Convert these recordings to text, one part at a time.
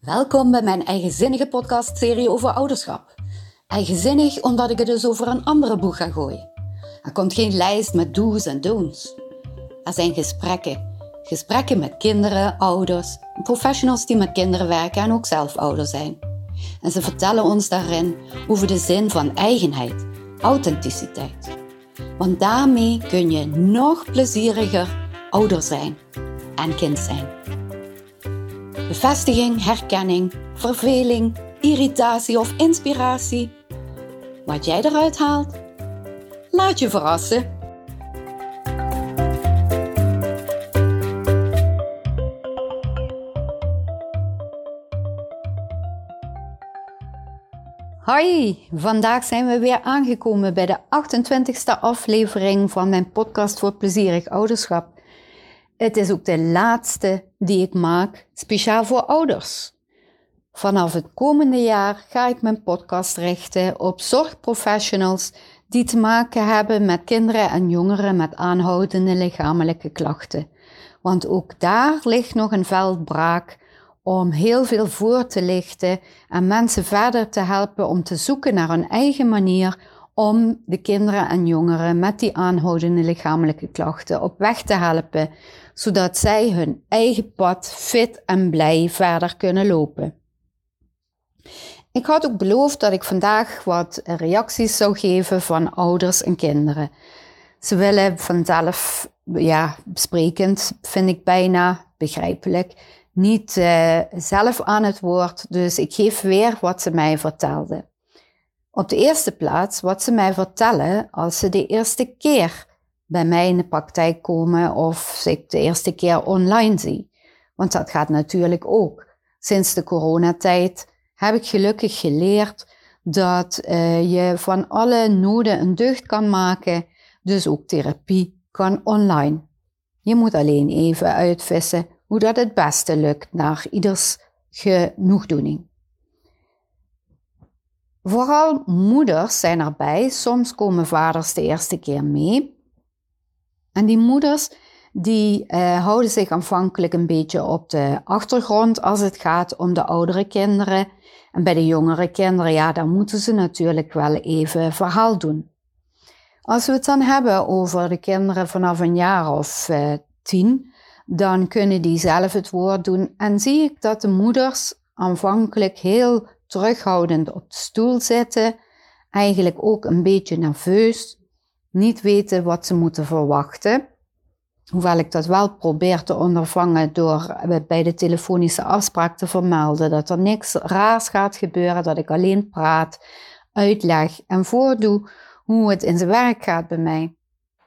Welkom bij mijn eigenzinnige podcastserie over ouderschap. Eigenzinnig omdat ik het dus over een andere boeg ga gooien. Er komt geen lijst met do's en don'ts. Er zijn gesprekken. Gesprekken met kinderen, ouders, professionals die met kinderen werken en ook zelf ouder zijn. En ze vertellen ons daarin over de zin van eigenheid, authenticiteit. Want daarmee kun je nog plezieriger ouder zijn en kind zijn. Bevestiging, herkenning, verveling, irritatie of inspiratie. Wat jij eruit haalt, laat je verrassen. Hoi, vandaag zijn we weer aangekomen bij de 28e aflevering van mijn podcast voor plezierig ouderschap. Het is ook de laatste die ik maak, speciaal voor ouders. Vanaf het komende jaar ga ik mijn podcast richten op zorgprofessionals die te maken hebben met kinderen en jongeren met aanhoudende lichamelijke klachten. Want ook daar ligt nog een veld braak om heel veel voor te lichten en mensen verder te helpen om te zoeken naar een eigen manier om de kinderen en jongeren met die aanhoudende lichamelijke klachten op weg te helpen, zodat zij hun eigen pad fit en blij verder kunnen lopen. Ik had ook beloofd dat ik vandaag wat reacties zou geven van ouders en kinderen. Ze willen vanzelf, sprekend, vind ik bijna begrijpelijk, niet zelf aan het woord, dus ik geef weer wat ze mij vertelden. Op de eerste plaats wat ze mij vertellen als ze de eerste keer bij mij in de praktijk komen of ik de eerste keer online zie. Want dat gaat natuurlijk ook. Sinds de coronatijd heb ik gelukkig geleerd dat je van alle noden een deugd kan maken, dus ook therapie kan online. Je moet alleen even uitvissen hoe dat het beste lukt naar ieders genoegdoening. Vooral moeders zijn erbij, soms komen vaders de eerste keer mee. En die moeders die houden zich aanvankelijk een beetje op de achtergrond als het gaat om de oudere kinderen. En bij de jongere kinderen, dan moeten ze natuurlijk wel even verhaal doen. Als we het dan hebben over de kinderen vanaf een jaar of 10, dan kunnen die zelf het woord doen. En zie ik dat de moeders aanvankelijk heel terughoudend op de stoel zitten, eigenlijk ook een beetje nerveus, niet weten wat ze moeten verwachten. Hoewel ik dat wel probeer te ondervangen door bij de telefonische afspraak te vermelden dat er niks raars gaat gebeuren, dat ik alleen praat, uitleg en voordoe hoe het in zijn werk gaat bij mij.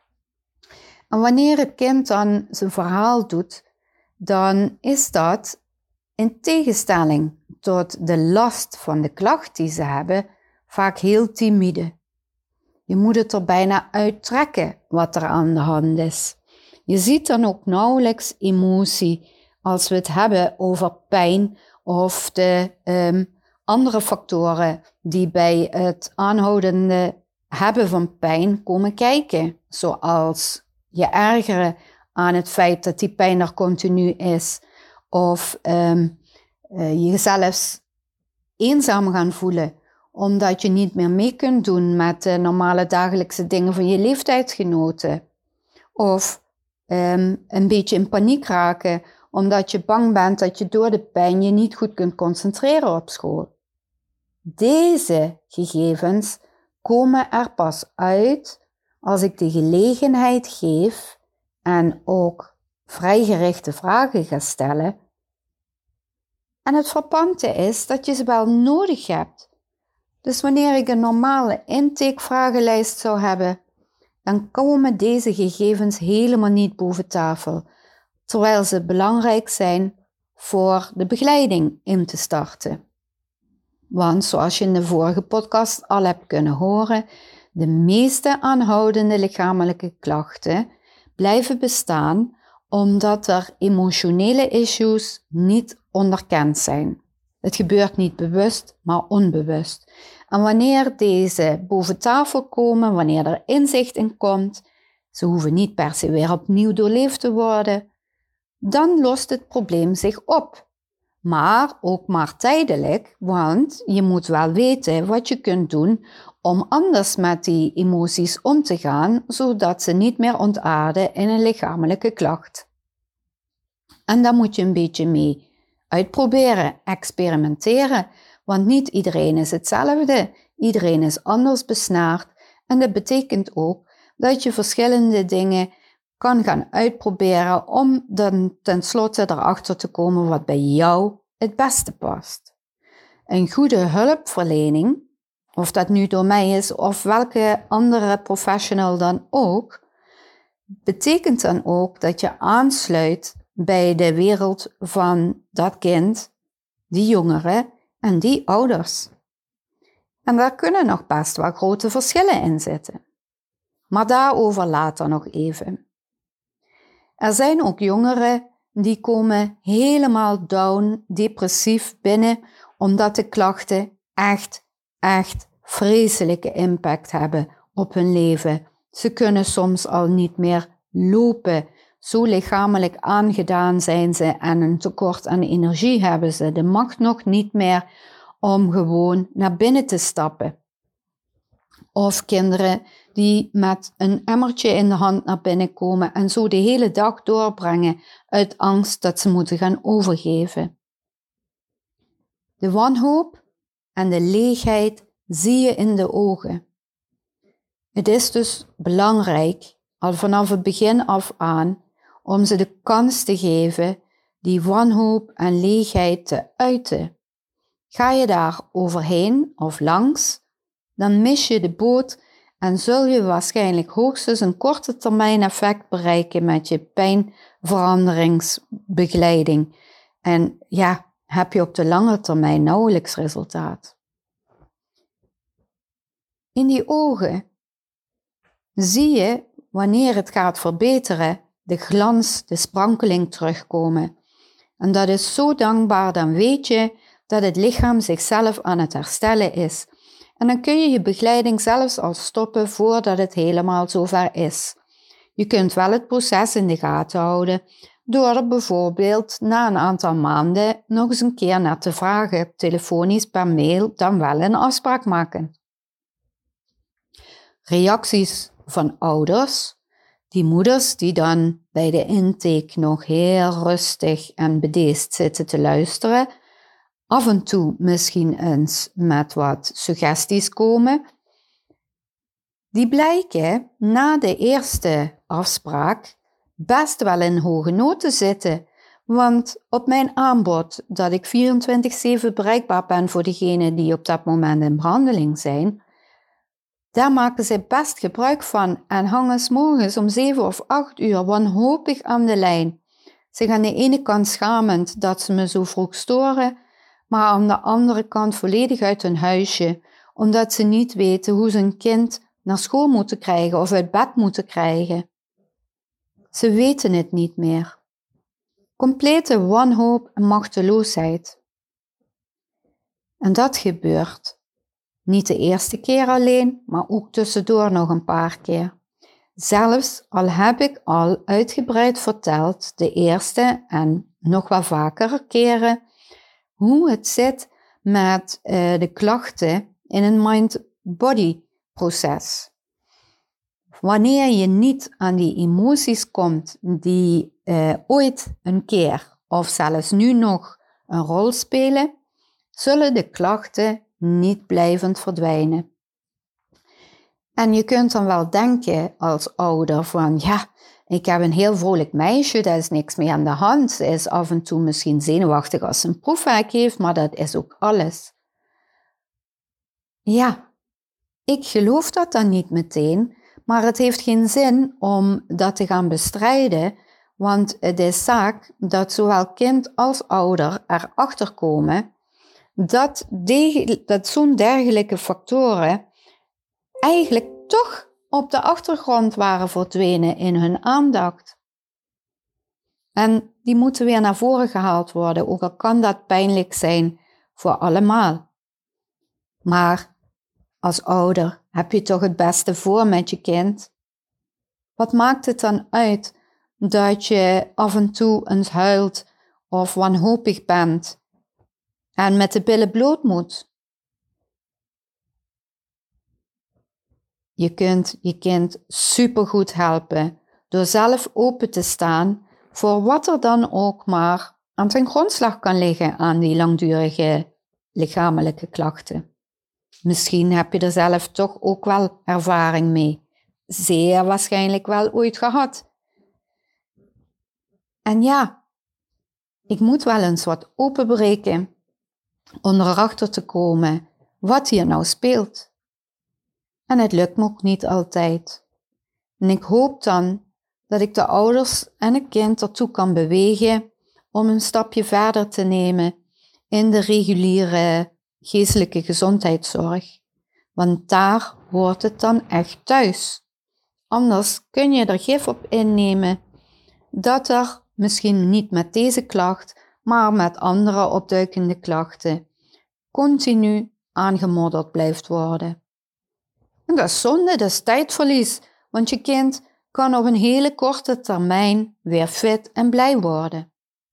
En wanneer het kind dan zijn verhaal doet, dan is dat in tegenstelling tot de last van de klacht die ze hebben, vaak heel timide. Je moet het er bijna uittrekken wat er aan de hand is. Je ziet dan ook nauwelijks emotie als we het hebben over pijn of de andere factoren die bij het aanhoudende hebben van pijn komen kijken. Zoals je ergeren aan het feit dat die pijn er continu is. Of je zelfs eenzaam gaan voelen omdat je niet meer mee kunt doen met de normale dagelijkse dingen van je leeftijdsgenoten. Of een beetje in paniek raken omdat je bang bent dat je door de pijn je niet goed kunt concentreren op school. Deze gegevens komen er pas uit als ik de gelegenheid geef en ook vrijgerichte vragen ga stellen. En het frappante is dat je ze wel nodig hebt. Dus wanneer ik een normale intakevragenlijst zou hebben, dan komen deze gegevens helemaal niet boven tafel, terwijl ze belangrijk zijn voor de begeleiding in te starten. Want zoals je in de vorige podcast al hebt kunnen horen, de meeste aanhoudende lichamelijke klachten blijven bestaan omdat er emotionele issues niet onderkend zijn. Het gebeurt niet bewust, maar onbewust. En wanneer deze boven tafel komen, wanneer er inzicht in komt, ze hoeven niet per se weer opnieuw doorleefd te worden, dan lost het probleem zich op. maar ook maar tijdelijk, want je moet wel weten wat je kunt doen om anders met die emoties om te gaan, zodat ze niet meer ontaarden in een lichamelijke klacht. En daar moet je een beetje mee uitproberen, experimenteren, want niet iedereen is hetzelfde. Iedereen is anders besnaard en dat betekent ook dat je verschillende dingen kan gaan uitproberen om dan tenslotte erachter te komen wat bij jou het beste past. Een goede hulpverlening, of dat nu door mij is of welke andere professional dan ook, betekent dan ook dat je aansluit bij de wereld van dat kind, die jongeren en die ouders. En daar kunnen nog best wel grote verschillen in zitten. Maar daarover later nog even. Er zijn ook jongeren die komen helemaal down, depressief binnen, omdat de klachten echt vreselijke impact hebben op hun leven. Ze kunnen soms al niet meer lopen. Zo lichamelijk aangedaan zijn ze en een tekort aan energie hebben ze. De macht nog niet meer om gewoon naar binnen te stappen. Of kinderen die met een emmertje in de hand naar binnen komen en zo de hele dag doorbrengen uit angst dat ze moeten gaan overgeven. De wanhoop en de leegheid zie je in de ogen. Het is dus belangrijk, al vanaf het begin af aan, om ze de kans te geven die wanhoop en leegheid te uiten. Ga je daar overheen of langs, dan mis je de boot en zul je waarschijnlijk hoogstens een korte termijn effect bereiken met je pijnveranderingsbegeleiding. En ja, heb je op de lange termijn nauwelijks resultaat. In die ogen zie je, wanneer het gaat verbeteren, de glans, de sprankeling terugkomen. En dat is zo dankbaar, dan weet je dat het lichaam zichzelf aan het herstellen is. En dan kun je je begeleiding zelfs al stoppen voordat het helemaal zover is. Je kunt wel het proces in de gaten houden door er bijvoorbeeld na een aantal maanden nog eens een keer naar te vragen, telefonisch, per mail, dan wel een afspraak maken. Reacties van ouders, die moeders die dan bij de intake nog heel rustig en bedeesd zitten te luisteren, af en toe misschien eens met wat suggesties komen, die blijken na de eerste afspraak best wel in hoge nood te zitten. Want op mijn aanbod dat ik 24/7 bereikbaar ben voor degenen die op dat moment in behandeling zijn, daar maken ze best gebruik van en hangen 's morgens om 7 of 8 uur wanhopig aan de lijn. Zich aan de ene kant schamend dat ze me zo vroeg storen, maar aan de andere kant volledig uit hun huisje, omdat ze niet weten hoe ze een kind naar school moeten krijgen of uit bed moeten krijgen. Ze weten het niet meer. Complete wanhoop en machteloosheid. En dat gebeurt niet de eerste keer alleen, maar ook tussendoor nog een paar keer. Zelfs al heb ik al uitgebreid verteld, de eerste en nog wel vaker keren, hoe het zit met de klachten in een mind-body proces. Wanneer je niet aan die emoties komt die ooit een keer of zelfs nu nog een rol spelen, zullen de klachten niet blijvend verdwijnen. En je kunt dan wel denken als ouder van ja, ik heb een heel vrolijk meisje, daar is niks mee aan de hand. Ze is af en toe misschien zenuwachtig als ze een proefwerk heeft, maar dat is ook alles. Ja, ik geloof dat dan niet meteen, maar het heeft geen zin om dat te gaan bestrijden, want het is zaak dat zowel kind als ouder erachter komen dat zo'n dergelijke factoren eigenlijk toch op de achtergrond waren verdwenen in hun aandacht. En die moeten weer naar voren gehaald worden, ook al kan dat pijnlijk zijn voor allemaal. Maar als ouder heb je toch het beste voor met je kind. Wat maakt het dan uit dat je af en toe eens huilt of wanhopig bent en met de billen bloot moet. Je kunt je kind supergoed helpen door zelf open te staan voor wat er dan ook maar aan ten grondslag kan liggen aan die langdurige lichamelijke klachten. Misschien heb je er zelf toch ook wel ervaring mee. Zeer waarschijnlijk wel ooit gehad. En ja, ik moet wel eens wat openbreken om erachter te komen wat hier nou speelt. En het lukt me ook niet altijd. En ik hoop dan dat ik de ouders en het kind ertoe kan bewegen om een stapje verder te nemen in de reguliere geestelijke gezondheidszorg. Want daar hoort het dan echt thuis. Anders kun je er gif op innemen dat er misschien niet met deze klacht, maar met andere opduikende klachten continu aangemodderd blijft worden. En dat is zonde, dat is tijdverlies, want je kind kan op een hele korte termijn weer fit en blij worden.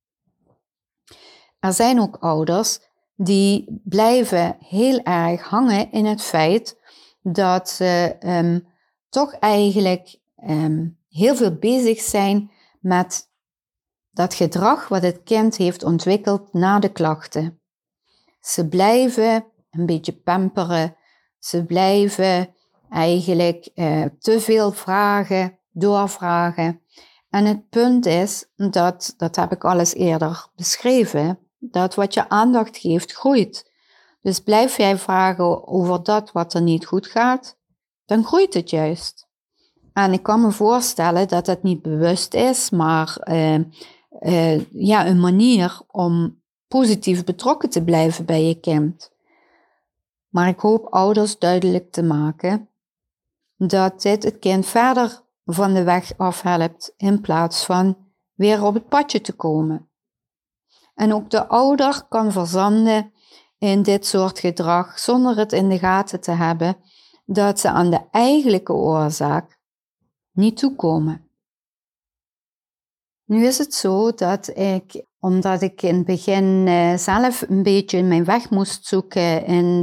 Er zijn ook ouders die blijven heel erg hangen in het feit dat ze toch eigenlijk heel veel bezig zijn met dat gedrag wat het kind heeft ontwikkeld na de klachten. Ze blijven een beetje pamperen, ze blijven eigenlijk te veel vragen, doorvragen. En het punt is, dat heb ik al eens eerder beschreven, dat wat je aandacht geeft groeit. Dus blijf jij vragen over dat wat er niet goed gaat, dan groeit het juist. En ik kan me voorstellen dat het niet bewust is, maar een manier om positief betrokken te blijven bij je kind. Maar ik hoop ouders duidelijk te maken dat dit het kind verder van de weg afhelpt in plaats van weer op het padje te komen. En ook de ouder kan verzanden in dit soort gedrag zonder het in de gaten te hebben dat ze aan de eigenlijke oorzaak niet toekomen. Nu is het zo dat ik, omdat ik in het begin zelf een beetje mijn weg moest zoeken in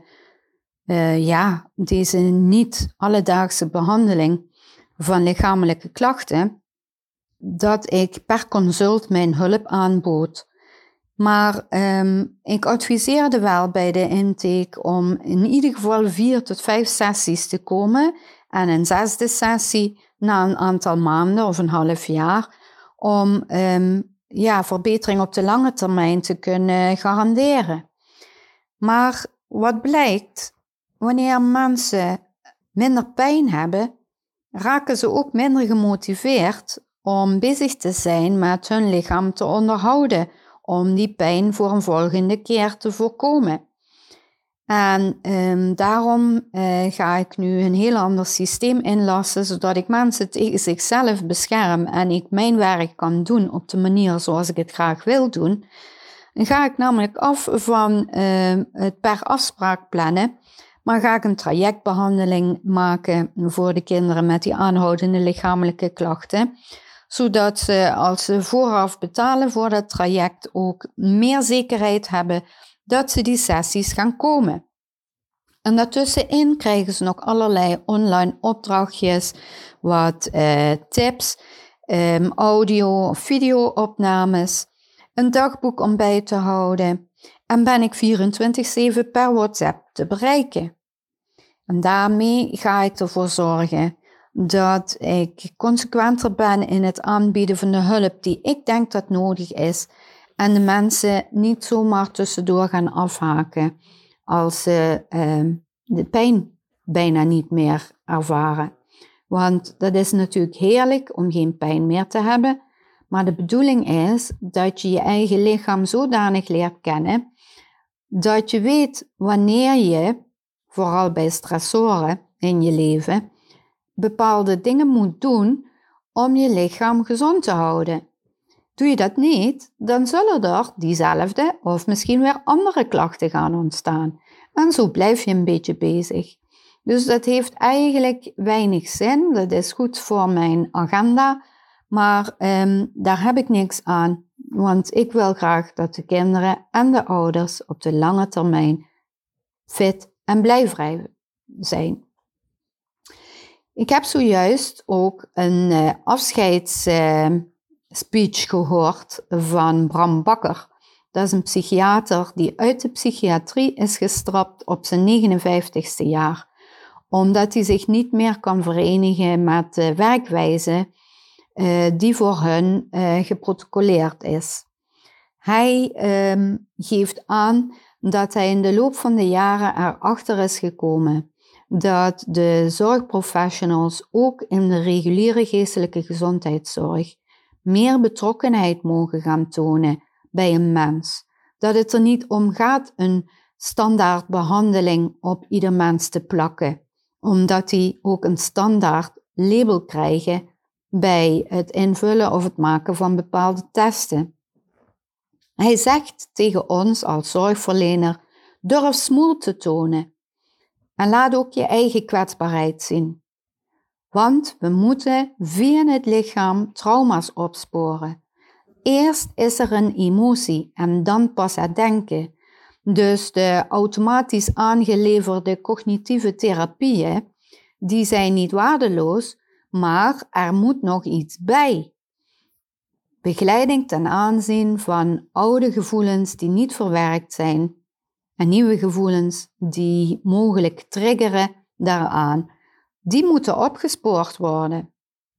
deze niet alledaagse behandeling van lichamelijke klachten, dat ik per consult mijn hulp aanbood. Maar ik adviseerde wel bij de intake om in ieder geval 4 tot 5 sessies te komen en een 6e sessie na een aantal maanden of een half jaar om verbetering op de lange termijn te kunnen garanderen. Maar wat blijkt, wanneer mensen minder pijn hebben, raken ze ook minder gemotiveerd om bezig te zijn met hun lichaam te onderhouden, om die pijn voor een volgende keer te voorkomen. En daarom ga ik nu een heel ander systeem inlassen, zodat ik mensen tegen zichzelf bescherm en ik mijn werk kan doen op de manier zoals ik het graag wil doen. Dan ga ik namelijk af van het per afspraak plannen, maar ga ik een trajectbehandeling maken voor de kinderen met die aanhoudende lichamelijke klachten, zodat ze als ze vooraf betalen voor dat traject ook meer zekerheid hebben dat ze die sessies gaan komen. En daartussenin krijgen ze nog allerlei online opdrachtjes, wat tips, audio- of video-opnames, een dagboek om bij te houden en ben ik 24/7 per WhatsApp te bereiken. En daarmee ga ik ervoor zorgen dat ik consequenter ben in het aanbieden van de hulp die ik denk dat nodig is en de mensen niet zomaar tussendoor gaan afhaken als ze de pijn bijna niet meer ervaren. Want dat is natuurlijk heerlijk om geen pijn meer te hebben, maar de bedoeling is dat je je eigen lichaam zodanig leert kennen dat je weet wanneer je, vooral bij stressoren in je leven, bepaalde dingen moet doen om je lichaam gezond te houden. Doe je dat niet, dan zullen er diezelfde of misschien weer andere klachten gaan ontstaan. En zo blijf je een beetje bezig. Dus dat heeft eigenlijk weinig zin. Dat is goed voor mijn agenda, Maar daar heb ik niks aan, want ik wil graag dat de kinderen en de ouders op de lange termijn fit en blijvrij zijn. Ik heb zojuist ook een afscheidsspeech gehoord van Bram Bakker. Dat is een psychiater die uit de psychiatrie is gestrapt op zijn 59ste jaar. Omdat hij zich niet meer kan verenigen met de werkwijze die voor hun geprotocoleerd is. Hij geeft aan dat hij in de loop van de jaren erachter is gekomen dat de zorgprofessionals ook in de reguliere geestelijke gezondheidszorg meer betrokkenheid mogen gaan tonen bij een mens. Dat het er niet om gaat een standaard behandeling op ieder mens te plakken, omdat die ook een standaard label krijgen bij het invullen of het maken van bepaalde testen. Hij zegt tegen ons als zorgverlener, durf smoel te tonen en laat ook je eigen kwetsbaarheid zien. Want we moeten via het lichaam trauma's opsporen. Eerst is er een emotie en dan pas het denken. Dus de automatisch aangeleverde cognitieve therapieën, die zijn niet waardeloos, maar er moet nog iets bij. Begeleiding ten aanzien van oude gevoelens die niet verwerkt zijn en nieuwe gevoelens die mogelijk triggeren daaraan, die moeten opgespoord worden.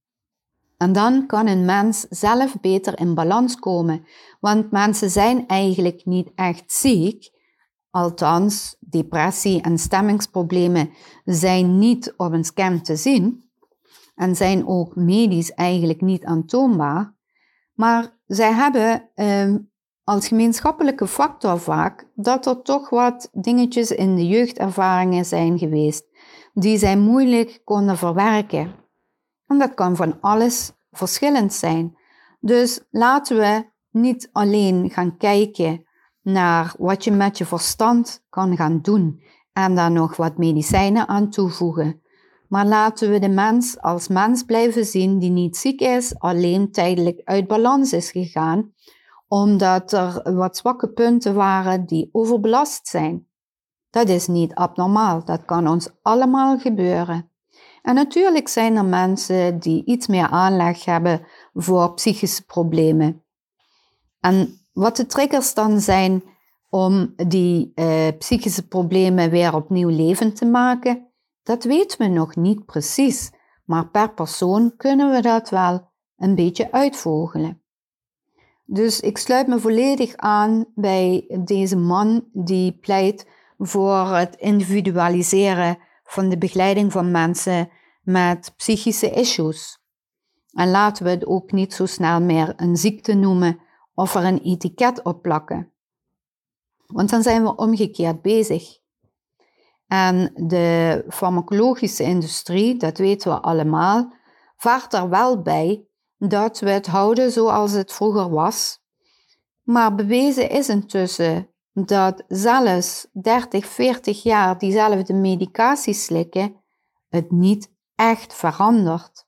En dan kan een mens zelf beter in balans komen, want mensen zijn eigenlijk niet echt ziek. Althans, depressie en stemmingsproblemen zijn niet op een scan te zien en zijn ook medisch eigenlijk niet aantoonbaar. Maar zij hebben als gemeenschappelijke factor vaak dat er toch wat dingetjes in de jeugdervaringen zijn geweest die zij moeilijk konden verwerken. En dat kan van alles verschillend zijn. Dus laten we niet alleen gaan kijken naar wat je met je verstand kan gaan doen en daar nog wat medicijnen aan toevoegen. Maar laten we de mens als mens blijven zien die niet ziek is, alleen tijdelijk uit balans is gegaan, omdat er wat zwakke punten waren die overbelast zijn. Dat is niet abnormaal, dat kan ons allemaal gebeuren. En natuurlijk zijn er mensen die iets meer aanleg hebben voor psychische problemen. En wat de triggers dan zijn om die psychische problemen weer opnieuw levend te maken, dat weten we nog niet precies, maar per persoon kunnen we dat wel een beetje uitvogelen. Dus ik sluit me volledig aan bij deze man die pleit voor het individualiseren van de begeleiding van mensen met psychische issues. En laten we het ook niet zo snel meer een ziekte noemen of er een etiket op plakken. Want dan zijn we omgekeerd bezig. En de farmacologische industrie, dat weten we allemaal, vaart er wel bij dat we het houden zoals het vroeger was. Maar bewezen is intussen dat zelfs 30, 40 jaar diezelfde medicatie slikken, het niet echt verandert.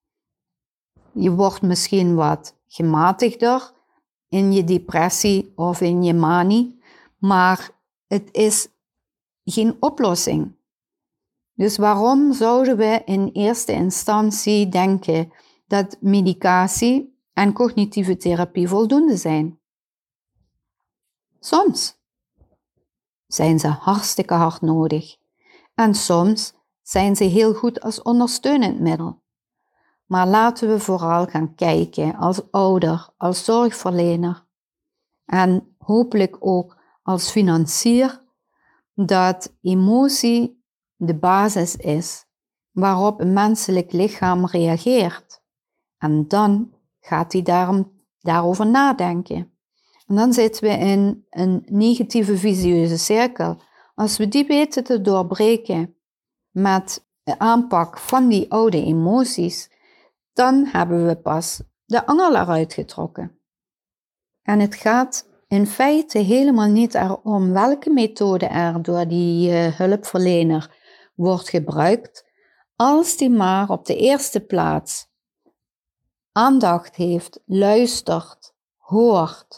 Je wordt misschien wat gematigder in je depressie of in je manie, maar het is geen oplossing. Dus waarom zouden we in eerste instantie denken dat medicatie en cognitieve therapie voldoende zijn? Soms zijn ze hartstikke hard nodig en soms zijn ze heel goed als ondersteunend middel. Maar laten we vooral gaan kijken als ouder, als zorgverlener en hopelijk ook als financier dat emotie de basis is waarop een menselijk lichaam reageert. En dan gaat hij daarover nadenken. En dan zitten we in een negatieve visieuze cirkel. Als we die weten te doorbreken met de aanpak van die oude emoties, dan hebben we pas de angel eruit getrokken. En het gaat in feite helemaal niet erom welke methode er door die hulpverlener wordt gebruikt, als die maar op de eerste plaats aandacht heeft, luistert, hoort.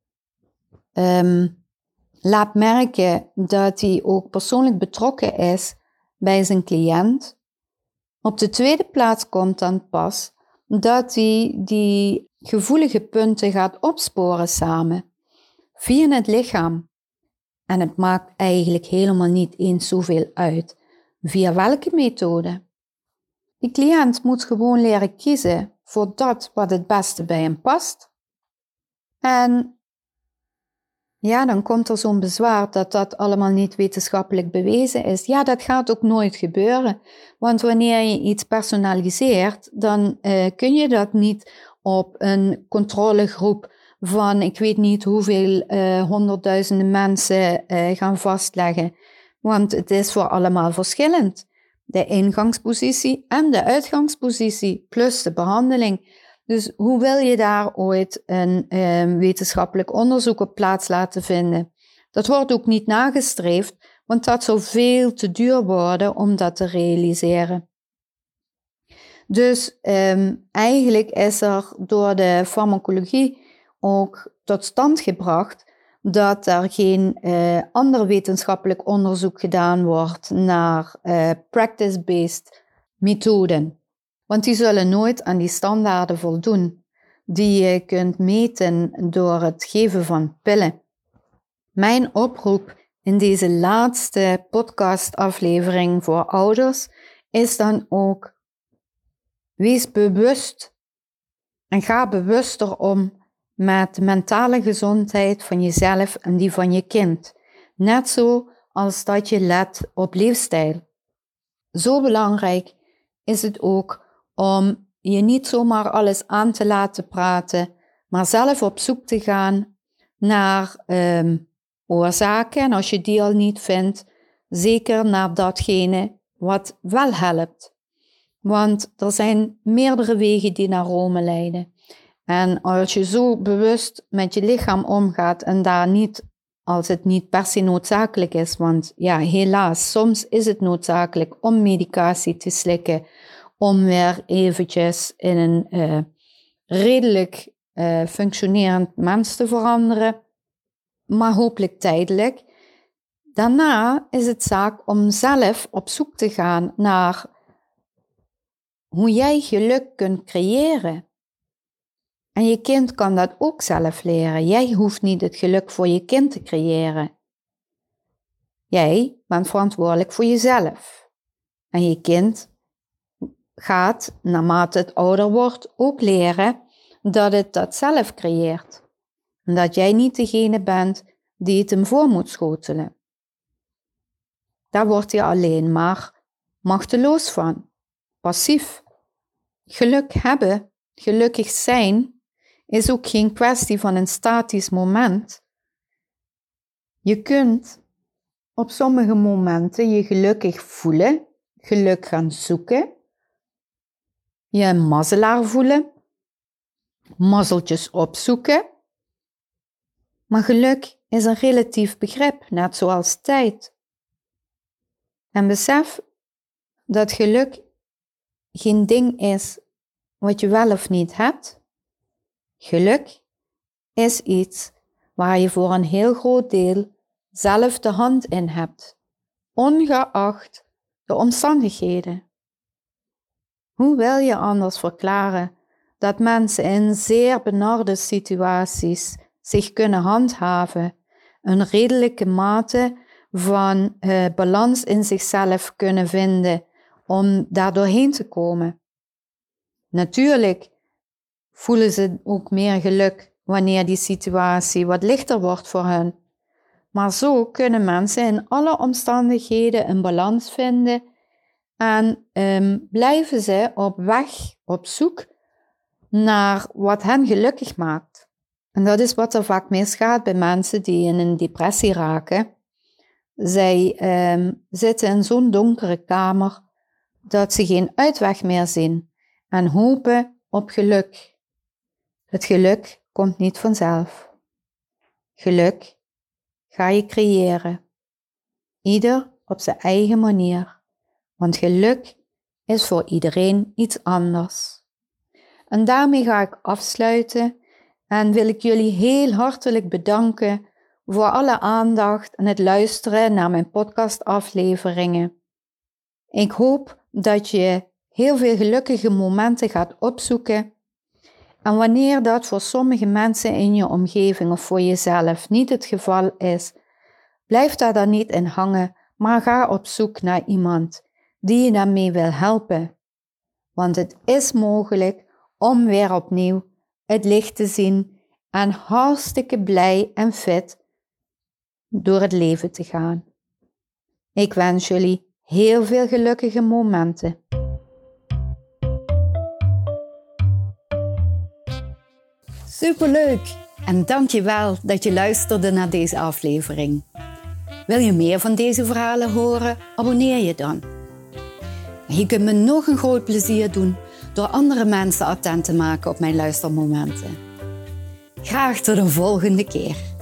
Laat merken dat hij ook persoonlijk betrokken is bij zijn cliënt. Op de tweede plaats komt dan pas dat hij die gevoelige punten gaat opsporen samen, via het lichaam. En het maakt eigenlijk helemaal niet eens zoveel uit via welke methode. Die cliënt moet gewoon leren kiezen voor dat wat het beste bij hem past. En ja, dan komt er zo'n bezwaar dat dat allemaal niet wetenschappelijk bewezen is. Ja, dat gaat ook nooit gebeuren. Want wanneer je iets personaliseert, dan kun je dat niet op een controlegroep van ik weet niet hoeveel honderdduizenden mensen gaan vastleggen. Want het is voor allemaal verschillend. De ingangspositie en de uitgangspositie plus de behandeling. Dus hoe wil je daar ooit een wetenschappelijk onderzoek op plaats laten vinden? Dat wordt ook niet nagestreefd, want dat zou veel te duur worden om dat te realiseren. Dus eigenlijk is er door de farmacologie ook tot stand gebracht dat er geen ander wetenschappelijk onderzoek gedaan wordt naar practice-based methoden. Want die zullen nooit aan die standaarden voldoen die je kunt meten door het geven van pillen. Mijn oproep in deze laatste podcastaflevering voor ouders is dan ook: wees bewust en ga bewuster om met de mentale gezondheid van jezelf en die van je kind. Net zo als dat je let op leefstijl. Zo belangrijk is het ook om je niet zomaar alles aan te laten praten, maar zelf op zoek te gaan naar oorzaken. En als je die al niet vindt, zeker naar datgene wat wel helpt. Want er zijn meerdere wegen die naar Rome leiden. En als je zo bewust met je lichaam omgaat en daar niet, als het niet per se noodzakelijk is, want ja, helaas, soms is het noodzakelijk om medicatie te slikken, om weer eventjes in een redelijk functionerend mens te veranderen, maar hopelijk tijdelijk. Daarna is het zaak om zelf op zoek te gaan naar hoe jij geluk kunt creëren. En je kind kan dat ook zelf leren. Jij hoeft niet het geluk voor je kind te creëren. Jij bent verantwoordelijk voor jezelf. En je kind gaat, naarmate het ouder wordt, ook leren dat het dat zelf creëert. En dat jij niet degene bent die het hem voor moet schotelen. Daar wordt hij alleen maar machteloos van. Passief. Geluk hebben, gelukkig zijn, is ook geen kwestie van een statisch moment. Je kunt op sommige momenten je gelukkig voelen, geluk gaan zoeken, je een mazzelaar voelen, mazzeltjes opzoeken. Maar geluk is een relatief begrip, net zoals tijd. En besef dat geluk geen ding is wat je wel of niet hebt. Geluk is iets waar je voor een heel groot deel zelf de hand in hebt, ongeacht de omstandigheden. Hoe wil je anders verklaren dat mensen in zeer benarde situaties zich kunnen handhaven, een redelijke mate van balans in zichzelf kunnen vinden om daar doorheen te komen? Natuurlijk voelen ze ook meer geluk wanneer die situatie wat lichter wordt voor hen. Maar zo kunnen mensen in alle omstandigheden een balans vinden en blijven ze op weg, op zoek naar wat hen gelukkig maakt. En dat is wat er vaak misgaat bij mensen die in een depressie raken. Zij zitten in zo'n donkere kamer dat ze geen uitweg meer zien en hopen op geluk. Het geluk komt niet vanzelf. Geluk ga je creëren. Ieder op zijn eigen manier. Want geluk is voor iedereen iets anders. En daarmee ga ik afsluiten en wil ik jullie heel hartelijk bedanken voor alle aandacht en het luisteren naar mijn podcastafleveringen. Ik hoop dat je heel veel gelukkige momenten gaat opzoeken. En wanneer dat voor sommige mensen in je omgeving of voor jezelf niet het geval is, blijf daar dan niet in hangen, maar ga op zoek naar iemand die je daarmee wil helpen. Want het is mogelijk om weer opnieuw het licht te zien en hartstikke blij en fit door het leven te gaan. Ik wens jullie heel veel gelukkige momenten. Superleuk en dankjewel dat je luisterde naar deze aflevering. Wil je meer van deze verhalen horen? Abonneer je dan. Je kunt me nog een groot plezier doen door andere mensen attent te maken op mijn luistermomenten. Graag tot een volgende keer.